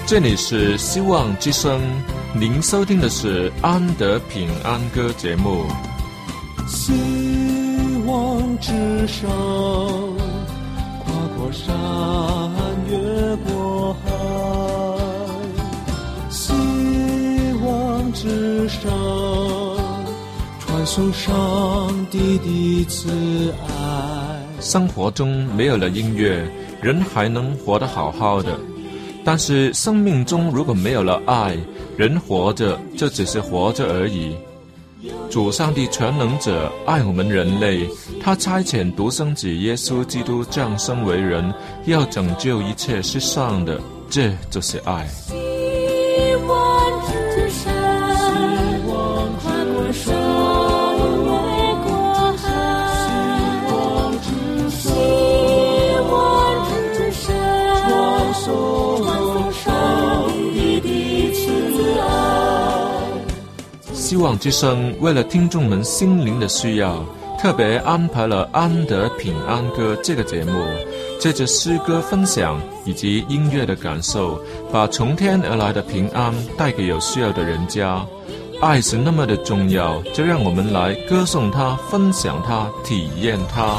这里是希望之声，您收听的是安德平安歌节目。 希望之声，跨过山，越过海。希望之声，传送上帝的慈爱。 生活中没有了音乐，人还能活得好好的。但是生命中如果没有了爱，人活着就只是活着而已。主上帝全能者爱我们人类，他差遣独生子耶稣基督降生为人，要拯救一切世上的，这就是爱。 希望之声，跨过山，越过海。希望之声，传送上帝的慈爱。 希望之声为了听众们心灵的需要，特别安排了安德平安歌这个节目，借着诗歌分享以及音乐的感受，把从天而来的平安带给有需要的人家。爱是那么的重要，就让我们来歌颂它，分享它，体验它。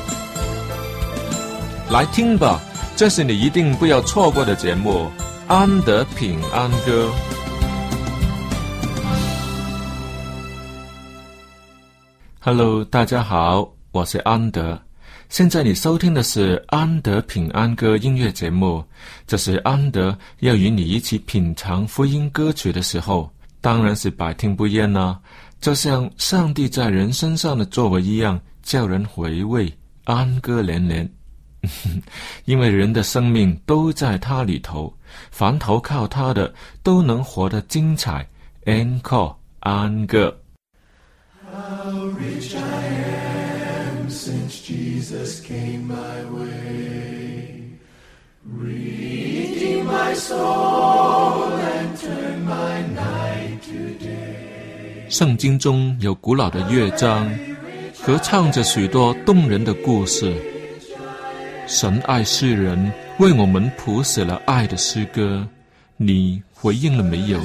来听吧，这是你一定不要错过的节目，安德平安歌。Hello， 大家好，我是安德。现在你收听的是安德平安歌音乐节目，这是安德要与你一起品尝福音歌曲的时候，当然是百听不厌啊，就像上帝在人身上的作为一样，叫人回味，安歌连连。因为人的生命都在他里头，凡投靠他的都能活得精彩。Encore， 安歌。 How rich I am since Jesus came my way, redeemed my soul and turned my night to day. 圣经中有古老的乐章，合唱着许多动人的故事。神爱世人，为我们谱写了爱的诗歌，你回应了没有？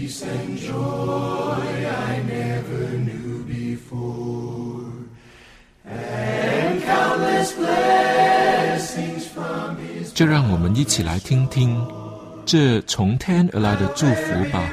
就让我们一起来听听这从天而来的祝福吧。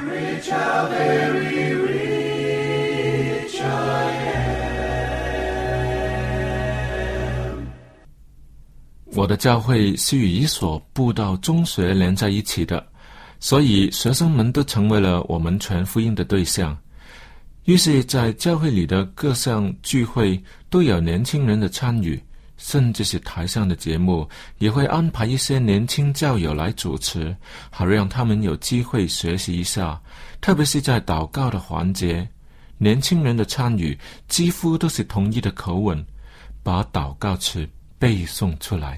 我的教会是与一所布道中学连在一起的，所以学生们都成为了我们传福音的对象。于是在教会里的各项聚会都有年轻人的参与，甚至是台上的节目也会安排一些年轻教友来主持，好让他们有机会学习一下。特别是在祷告的环节，年轻人的参与几乎都是同一的口吻，把祷告词背诵出来。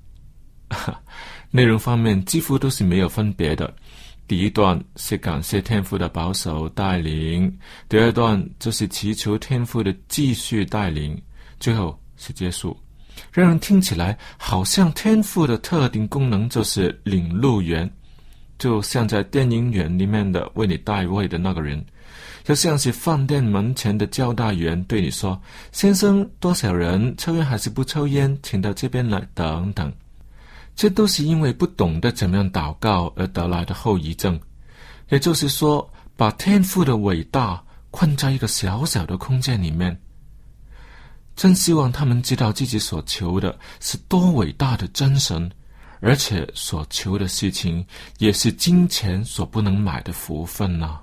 内容方面几乎都是没有分别的。第一段是感谢天父的保守带领，第二段就是祈求天父的继续带领，最后是结束。让人听起来好像天父的特定功能就是领路员，就像在电影院里面的为你带位的那个人，就像是饭店门前的交代员对你说，先生，多少人抽烟还是不抽烟，请到这边来，等等。这都是因为不懂得怎么样祷告而得来的后遗症。也就是说，把天父的伟大困在一个小小的空间里面。真希望他们知道自己所求的是多伟大的真神，而且所求的事情也是金钱所不能买的福分啊。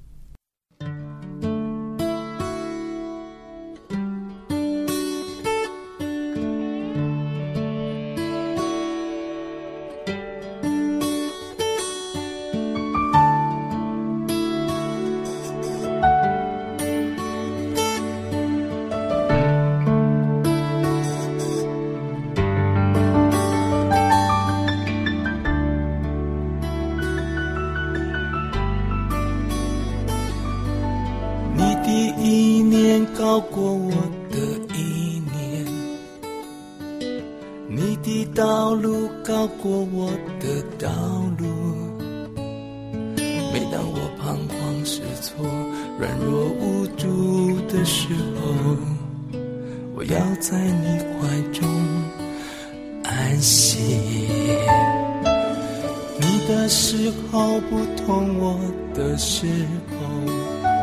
高过我的意念，你的道路高过我的道路， 每当我彷徨失措、软弱无助的时候，我要在你怀中安息。你的时候不同我的时候，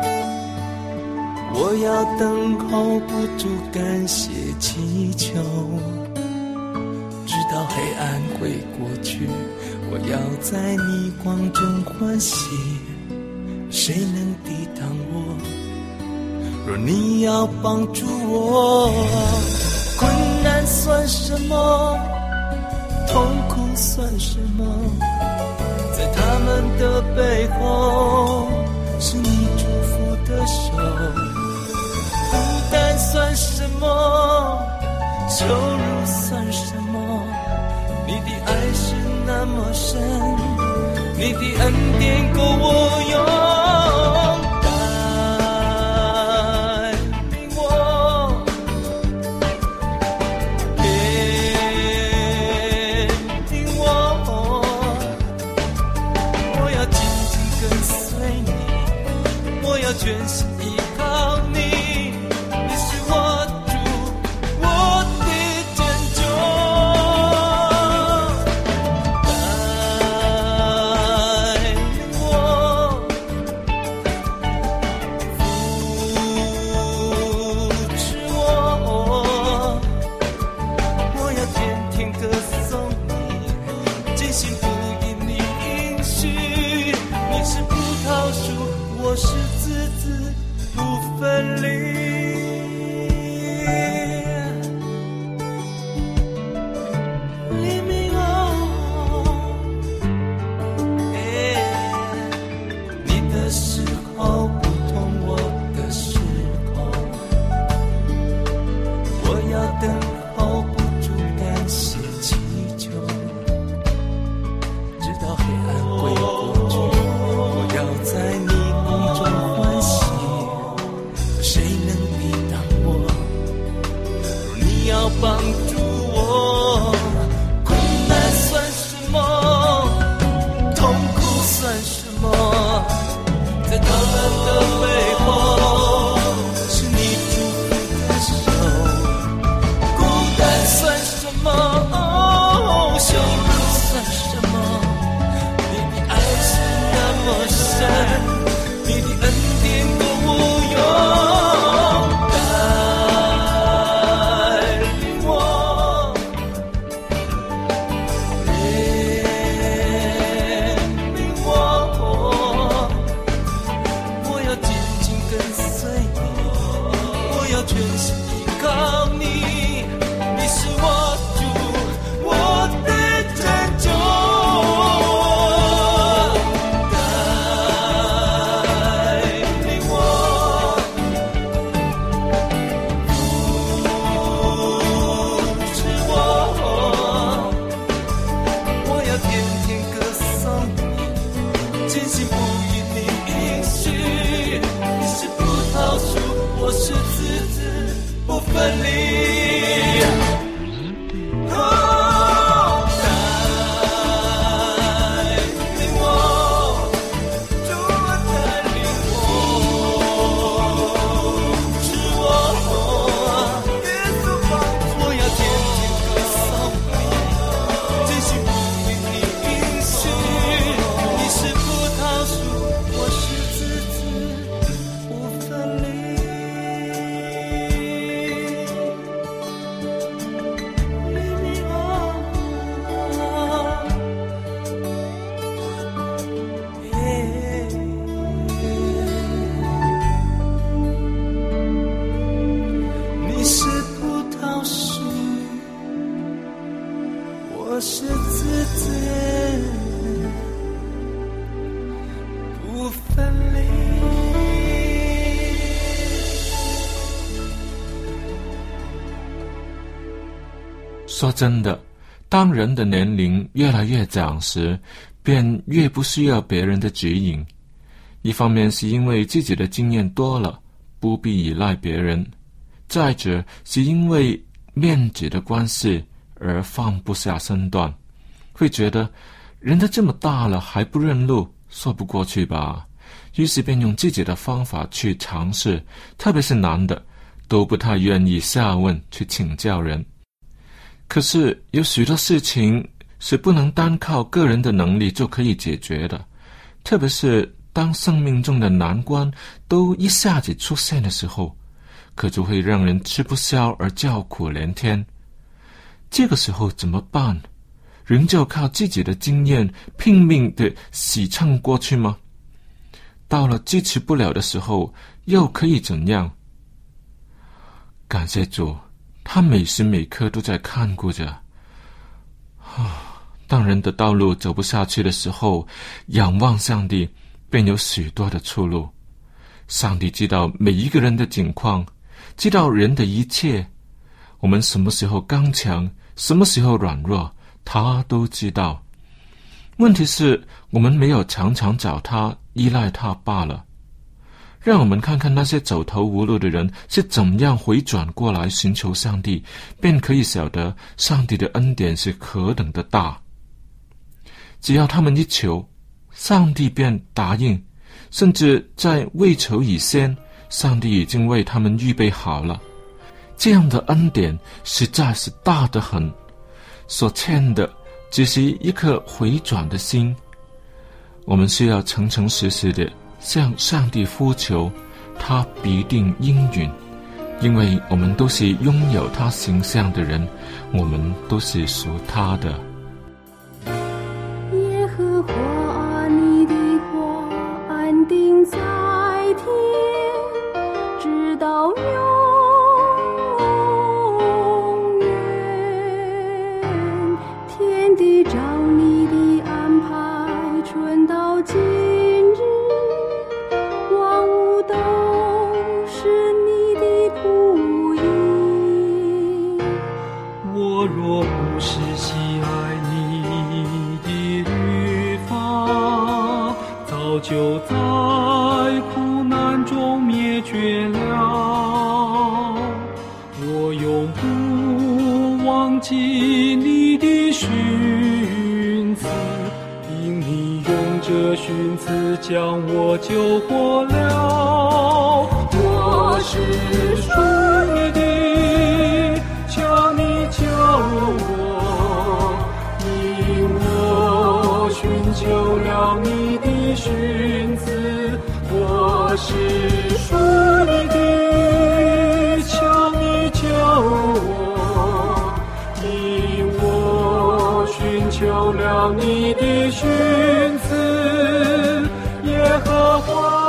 我要等候不住感谢祈求，直到黑暗会过去，我要在你光中欢喜。谁能抵挡我？若你要帮助我，困难算什么？痛苦算什么？在他们的背后，是你祝福的手。孤单算什么？羞辱算什么？你的爱是那么深，你的恩典够我用。全心依靠你，你是我主，我的拯救。带领我，扶持我，我要天天歌颂你，坚信不疑你应许。你是葡萄树，我是不分离。你的时候不同我的时候，我要等候不住感谢祈求，直到黑暗会过去，我要在你光中欢喜。谁能抵挡我？若你要帮助我，困难算什么？痛苦算什么？在他们的背后，是你祝福的手。孤单算什么？羞辱算什么？你的爱是那么深，你的恩典够我用。 说真的，当人的年龄越来越长时，便越不需要别人的指引。一方面是因为自己的经验多了，不必依赖别人；再者是因为面子的关系而放不下身段，会觉得人都这么大了还不认路， 说不过去吧，于是便用自己的方法去尝试，特别是男的都不太愿意下问去请教人。可是有许多事情是不能单靠个人的能力就可以解决的，特别是当生命中的难关都一下子出现的时候，可就会让人吃不消而叫苦连天。这个时候怎么办？仍旧靠自己的经验拼命地洗蹭过去吗？到了支持不了的时候，又可以怎样？感谢主，他每时每刻都在看顾着。当人的道路走不下去的时候，仰望上帝便有许多的出路。上帝知道每一个人的境况，知道人的一切，我们什么时候刚强，什么时候软弱，他都知道。问题是我们没有常常找他，依赖他罢了。让我们看看那些走投无路的人是怎么样回转过来寻求上帝，便可以晓得上帝的恩典是何等的大。只要他们一求，上帝便答应，甚至在未求以先，上帝已经为他们预备好了。这样的恩典实在是大得很，所欠的只是一颗回转的心。我们需要诚诚实实的向上帝呼求，他必定应允，因为我们都是拥有他形象的人，我们都是属他的。 耶和华你的话安定在天，直到永远。天地照你的安排，春到今日，万物都是你的仆役。 我若不是喜爱你的律法，早就在苦难中灭绝了。我永不忘记你的训词，因你用这训词将我救活了。我是属你的，求你救我，因我寻求了你的训词。我是属你的，求你救我，因我寻求了你的训词，耶和华。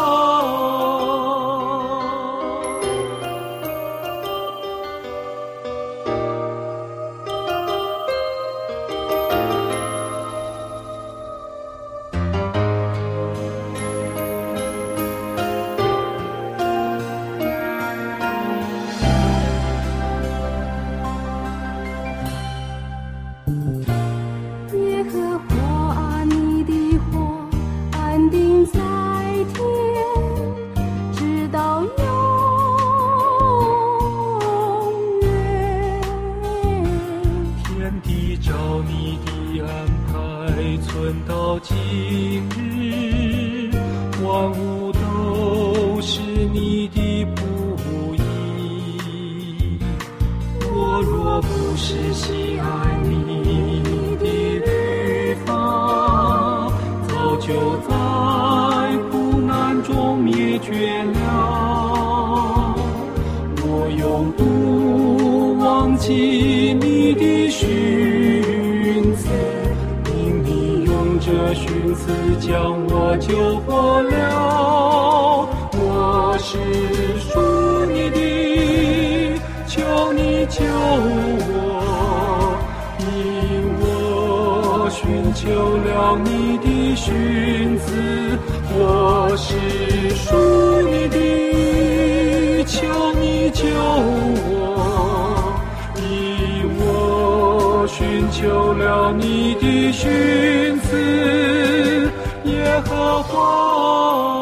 耶和华你的话安定在天，直到永远。 天地照你的安排，存到今日，万物都是你的仆役。我若不是喜爱你的律法，早就在苦难中灭绝了。我永不忘记你的训词，因你用这训词将我救活了。我是属你的，求你救我，因我寻求了你的训词。我是属你的，求你救我，因我寻求了你的训词，耶和华。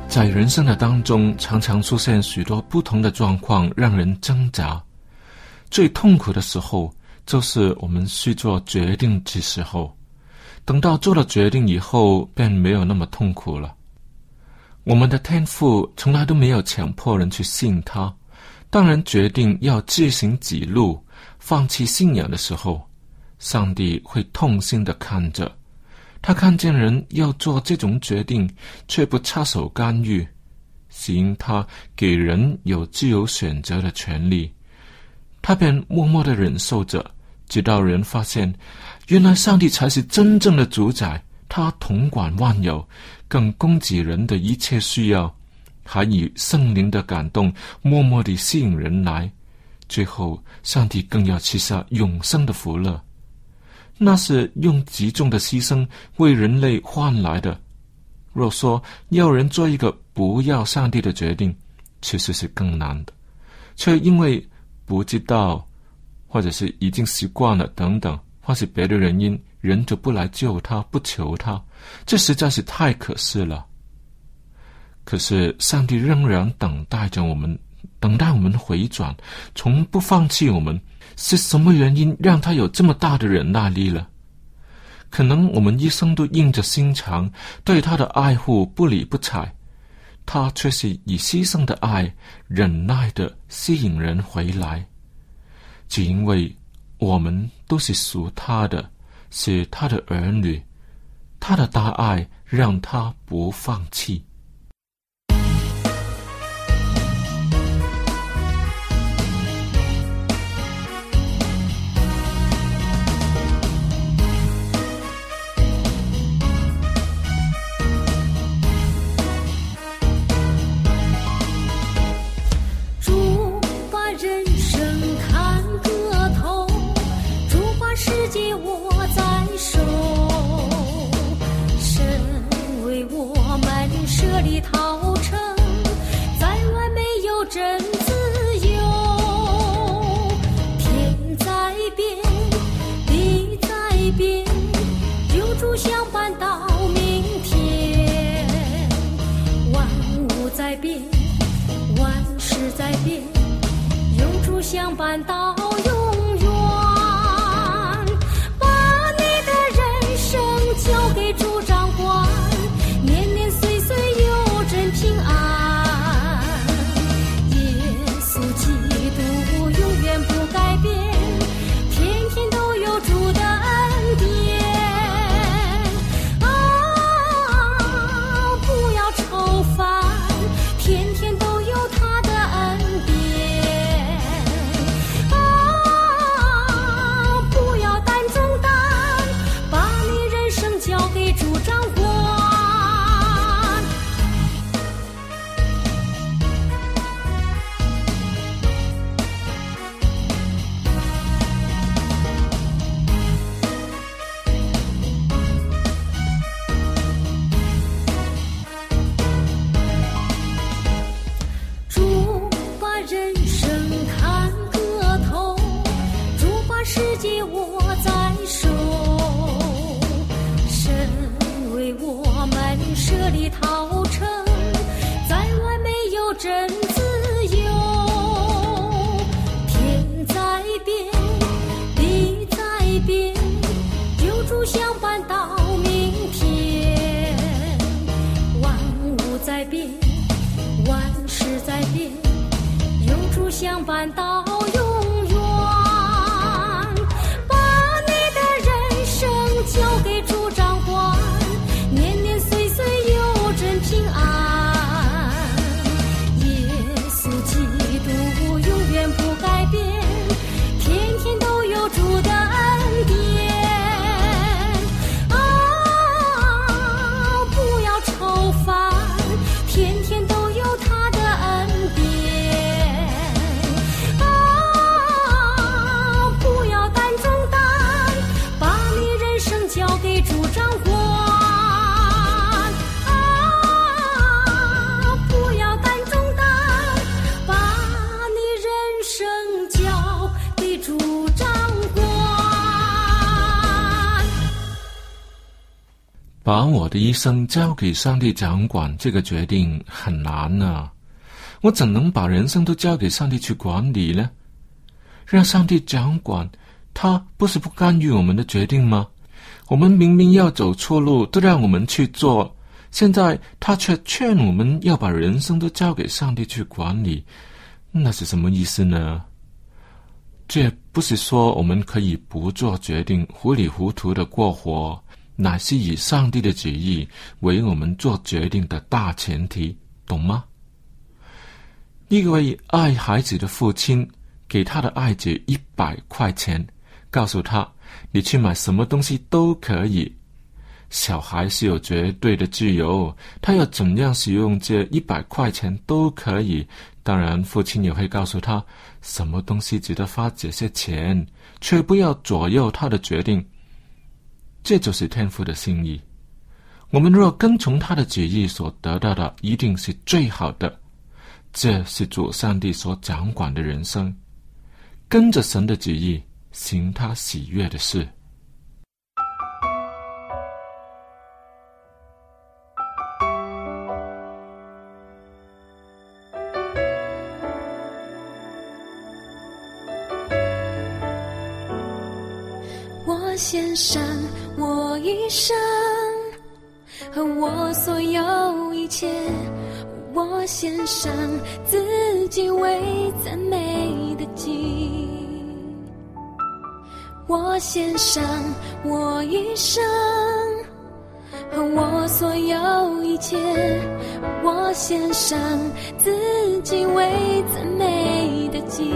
在人生的当中，常常出现许多不同的状况，让人挣扎。最痛苦的时候，就是我们去做决定的时候。等到做了决定以后，便没有那么痛苦了。我们的天父从来都没有强迫人去信他。当人决定要自行己路，放弃信仰的时候，上帝会痛心地看着。他看见人要做这种决定，却不插手干预，是因他给人有自由选择的权利。他便默默地忍受着，直到人发现，原来上帝才是真正的主宰，他统管万有，更供给人的一切需要，还以圣灵的感动默默地吸引人来。最后，上帝更要赐下永生的福乐，那是用极重的牺牲为人类换来的。若说要人做一个不要上帝的决定，其实是更难的，却因为不知道，或者是已经习惯了等等，或是别的原因，人就不来救他，不求他，这实在是太可惜了。可是上帝仍然等待着我们，等待我们回转，从不放弃我们。是什么原因让他有这么大的忍耐力了？可能我们一生都硬着心肠，对他的爱护不理不睬，他却是以牺牲的爱忍耐地吸引人回来。只因为我们都是属他的，是他的儿女，他的大爱让他不放弃。 相伴到永远，把你的人生交给主掌管，年年岁岁有真平安。耶稣基督永远不改变，天天都有主的恩典。不要愁烦，天天都有他的恩典。相伴到永远，把你的人生交给主掌管，年年岁岁有真平安。耶稣基督永远不改变，天天都有主的恩典。不要愁烦，天天都有他的恩典。 把我的一生交给上帝掌管，这个决定很难啊！我怎能把人生都交给上帝去管理呢？让上帝掌管，他不是不干预我们的决定吗？我们明明要走错路，都让我们去做，现在他却劝我们要把人生都交给上帝去管理，那是什么意思呢？这不是说我们可以不做决定，糊里糊涂的过活，乃是以上帝的旨意为我们做决定的大前提，懂吗？一位爱孩子的父亲给他的爱子100块钱，告诉他你去买什么东西都可以。小孩是有绝对的自由，他要怎样使用这100块钱都可以。当然父亲也会告诉他什么东西值得花这些钱，却不要左右他的决定。这就是天父的心意。我们若跟从他的旨意，所得到的一定是最好的。这是主上帝所掌管的人生，跟着神的旨意行他喜悦的事。 我献上我一生和我所有一切，我献上自己为赞美的祭，我献上我一生和我所有一切，我献上自己为赞美的祭，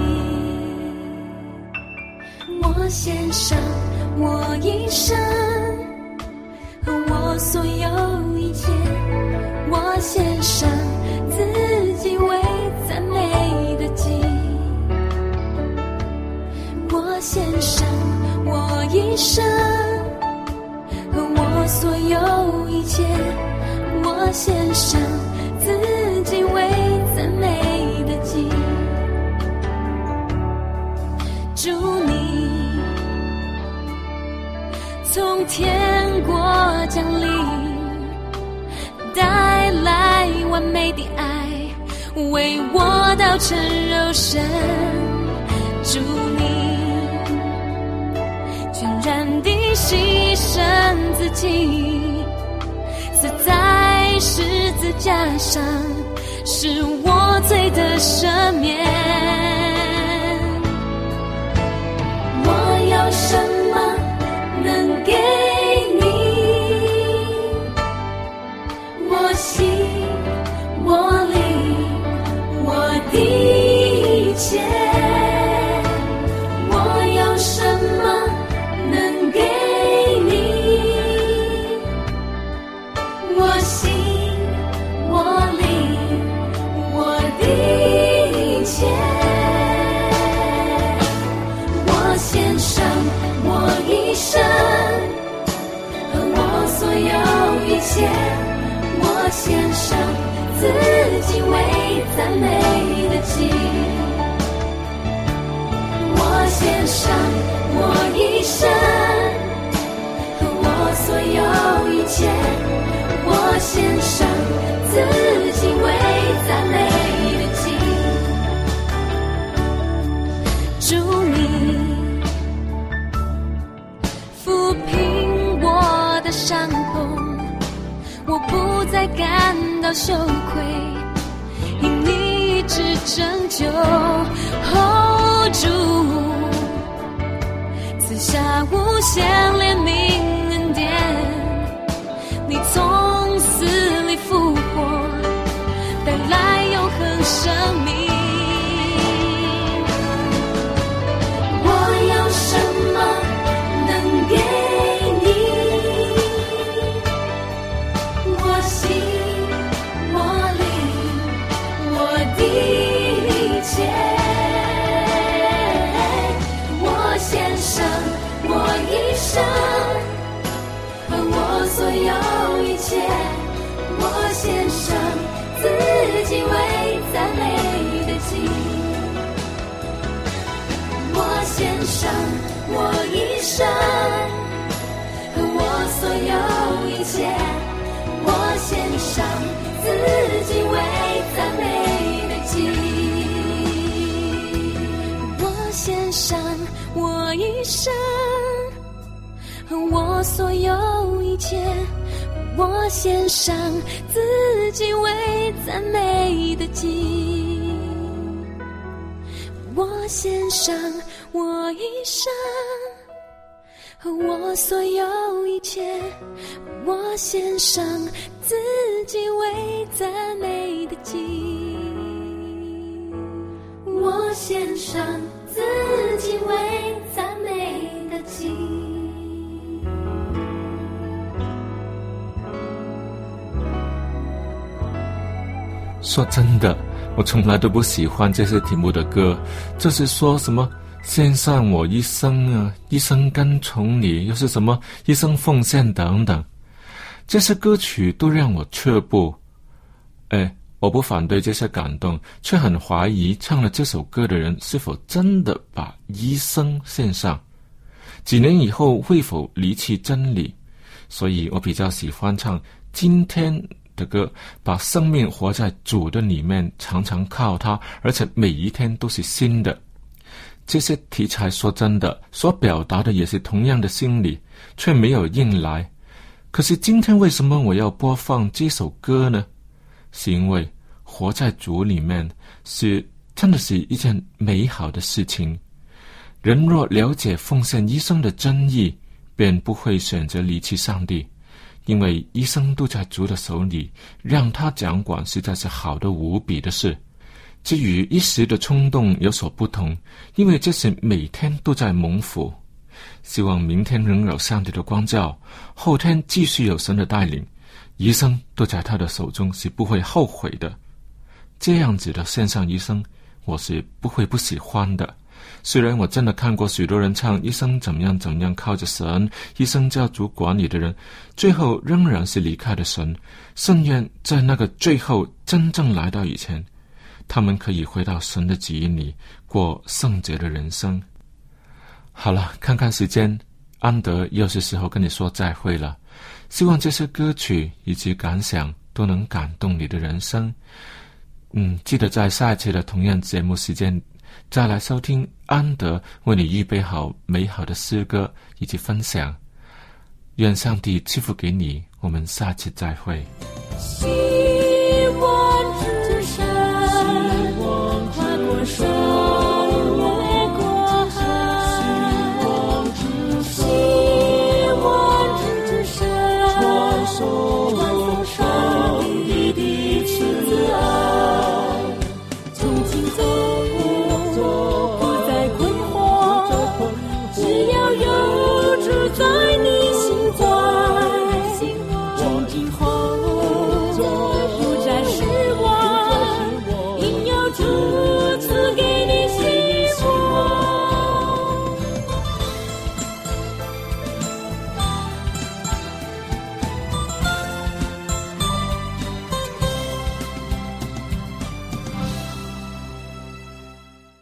我献上我一生和我所有一切，我献上自己为赞美的祭，我献上我一生和我所有一切，我献上自己为赞美的祭。主你从天国降临，带来完美的爱，为我道成肉身。主你全然地牺牲自己，死在十字架上，是我罪的赦免。我有什么能给你？我心我灵我的一切，我有什么能给你？我心我灵我的一切，我献上我一生和我所有一切，我献上自己为赞美的祭，我献上我一生和我所有一切，我献上自己为赞美的祭。主你抚平我的伤痛，我不再感到羞愧，因你一直拯救。主赐下无限怜悯恩典，你从死里复活，带来永恒生命。我有什么能给你？我心我灵我的一切，我献上我一生和我所有一切，我献上自己为赞美的祭，我献上我一生和我所有一切。 生，我所有一切，我献上自己为赞美的祭，我献上我一生，我所有一切，我献上自己为赞美的祭，我献上自己为赞美的祭。 说真的，我从来都不喜欢这些题目的歌，就是说什么献上我一生啊，一生跟从你，又是什么一生奉献等等，这些歌曲都让我却步。我不反对这些感动，却很怀疑唱了这首歌的人是否真的把一生献上，几年以后会否离弃真理。所以我比较喜欢唱今天的歌，把生命活在主的里面，常常靠他，而且每一天都是新的。这些题材说真的，所表达的也是同样的心理，却没有硬来。可是今天为什么我要播放这首歌呢？是因为活在主里面真的是一件美好的事情。人若了解奉献一生的真意，便不会选择离弃上帝，因为一生都在主的手里，让他掌管实在是好的无比的事。至于一时的冲动有所不同，因为这是每天都在蒙福。希望明天仍有上帝的光照，后天继续有神的带领，一生都在他的手中，是不会后悔的。这样子的献上一生，我是不会不喜欢的。虽然我真的看过许多人唱一生怎么样怎么样靠着神，一生叫主管理的人，最后仍然是离开了神。甚愿在那个最后真正来到以前，他们可以回到神的旨意里，过圣洁的人生。好了，看看时间，安德又是时候跟你说再会了。希望这些歌曲以及感想都能感动你的人生。记得在下一期的同样节目时间再来收听安德为你预备好美好的诗歌以及分享。愿上帝赐福给你，我们下期再会。 希望之山，跨过山，越过海，希望之山，